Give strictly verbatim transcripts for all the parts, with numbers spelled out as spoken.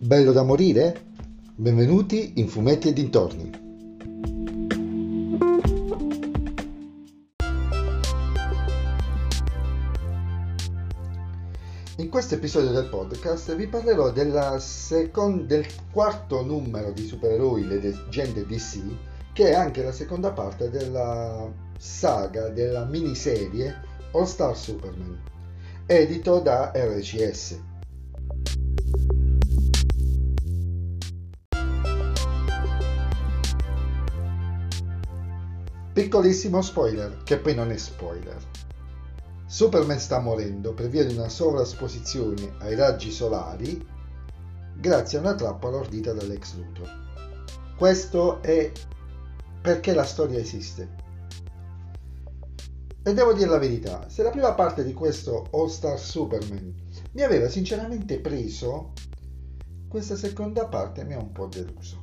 Bello da morire? Benvenuti in Fumetti e dintorni. In questo episodio del podcast vi parlerò della second- del quarto numero di supereroi leggende D C, che è anche la seconda parte della saga della miniserie All Star Superman, edito da R C S. Piccolissimo spoiler, che poi non è spoiler. Superman sta morendo per via di una sovrasposizione ai raggi solari grazie a una trappola ordita dall'ex Luthor. Questo è perché la storia esiste. E devo dire la verità, se la prima parte di questo All Star Superman mi aveva sinceramente preso, questa seconda parte mi ha un po' deluso.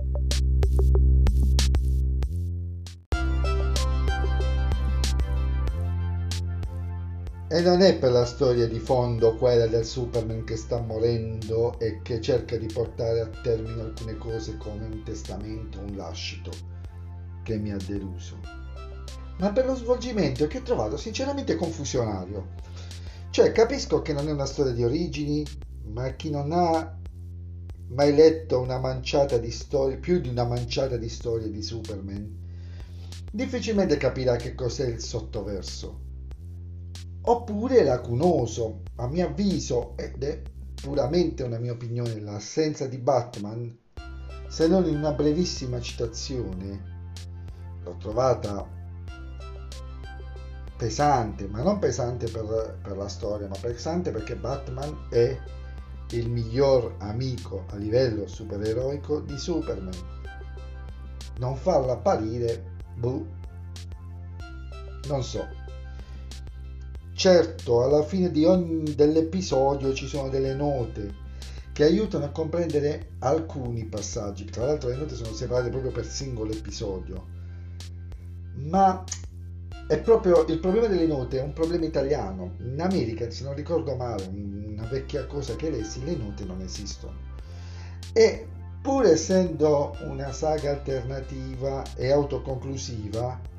E non è per la storia di fondo, quella del Superman che sta morendo e che cerca di portare a termine alcune cose come un testamento, un lascito, che mi ha deluso, ma per lo svolgimento che ho trovato sinceramente confusionario. Cioè, capisco che non è una storia di origini, ma chi non ha mai letto una manciata di storie, più di una manciata di storie di Superman, difficilmente capirà che cos'è il sottoverso. Oppure lacunoso, a mio avviso, ed è puramente una mia opinione, l'assenza di Batman, se non in una brevissima citazione, l'ho trovata pesante, ma non pesante per, per la storia, ma pesante perché Batman è il miglior amico a livello supereroico di Superman. Non farlo apparire, boh, non so. Certo, alla fine di ogni dell'episodio ci sono delle note che aiutano a comprendere alcuni passaggi. Tra l'altro le note sono separate proprio per singolo episodio. Ma è proprio il problema delle note, è un problema italiano. In America, se non ricordo male, una vecchia cosa che lessi, le note non esistono. E pur essendo una saga alternativa e autoconclusiva,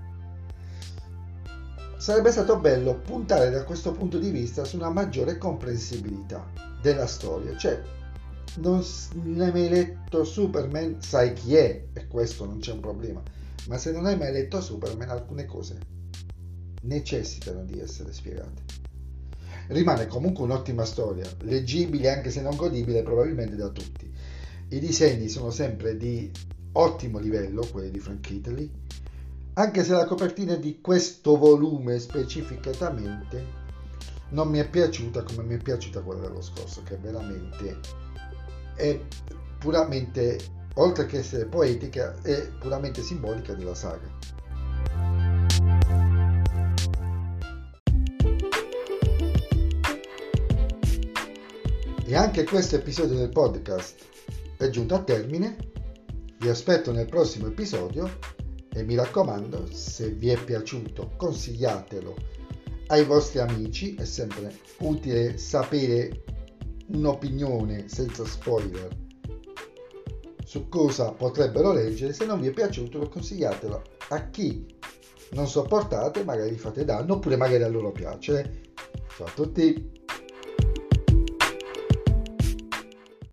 sarebbe stato bello puntare da questo punto di vista su una maggiore comprensibilità della storia. Cioè, non hai mai letto Superman, sai chi è, e questo non c'è un problema. Ma se non hai mai letto Superman, alcune cose necessitano di essere spiegate. Rimane comunque un'ottima storia, leggibile anche se non godibile probabilmente da tutti. I disegni sono sempre di ottimo livello, quelli di Frank Kittley, anche se la copertina di questo volume specificatamente non mi è piaciuta come mi è piaciuta quella dello scorso, che veramente è puramente, oltre che essere poetica, è puramente simbolica della saga. E anche questo episodio del podcast è giunto a termine. Vi aspetto nel prossimo episodio. E mi raccomando, se vi è piaciuto, consigliatelo ai vostri amici. È sempre utile sapere un'opinione senza spoiler su cosa potrebbero leggere. Se non vi è piaciuto, consigliatelo a chi non sopportate, magari vi fate danno, oppure magari a loro piace. Ciao a tutti!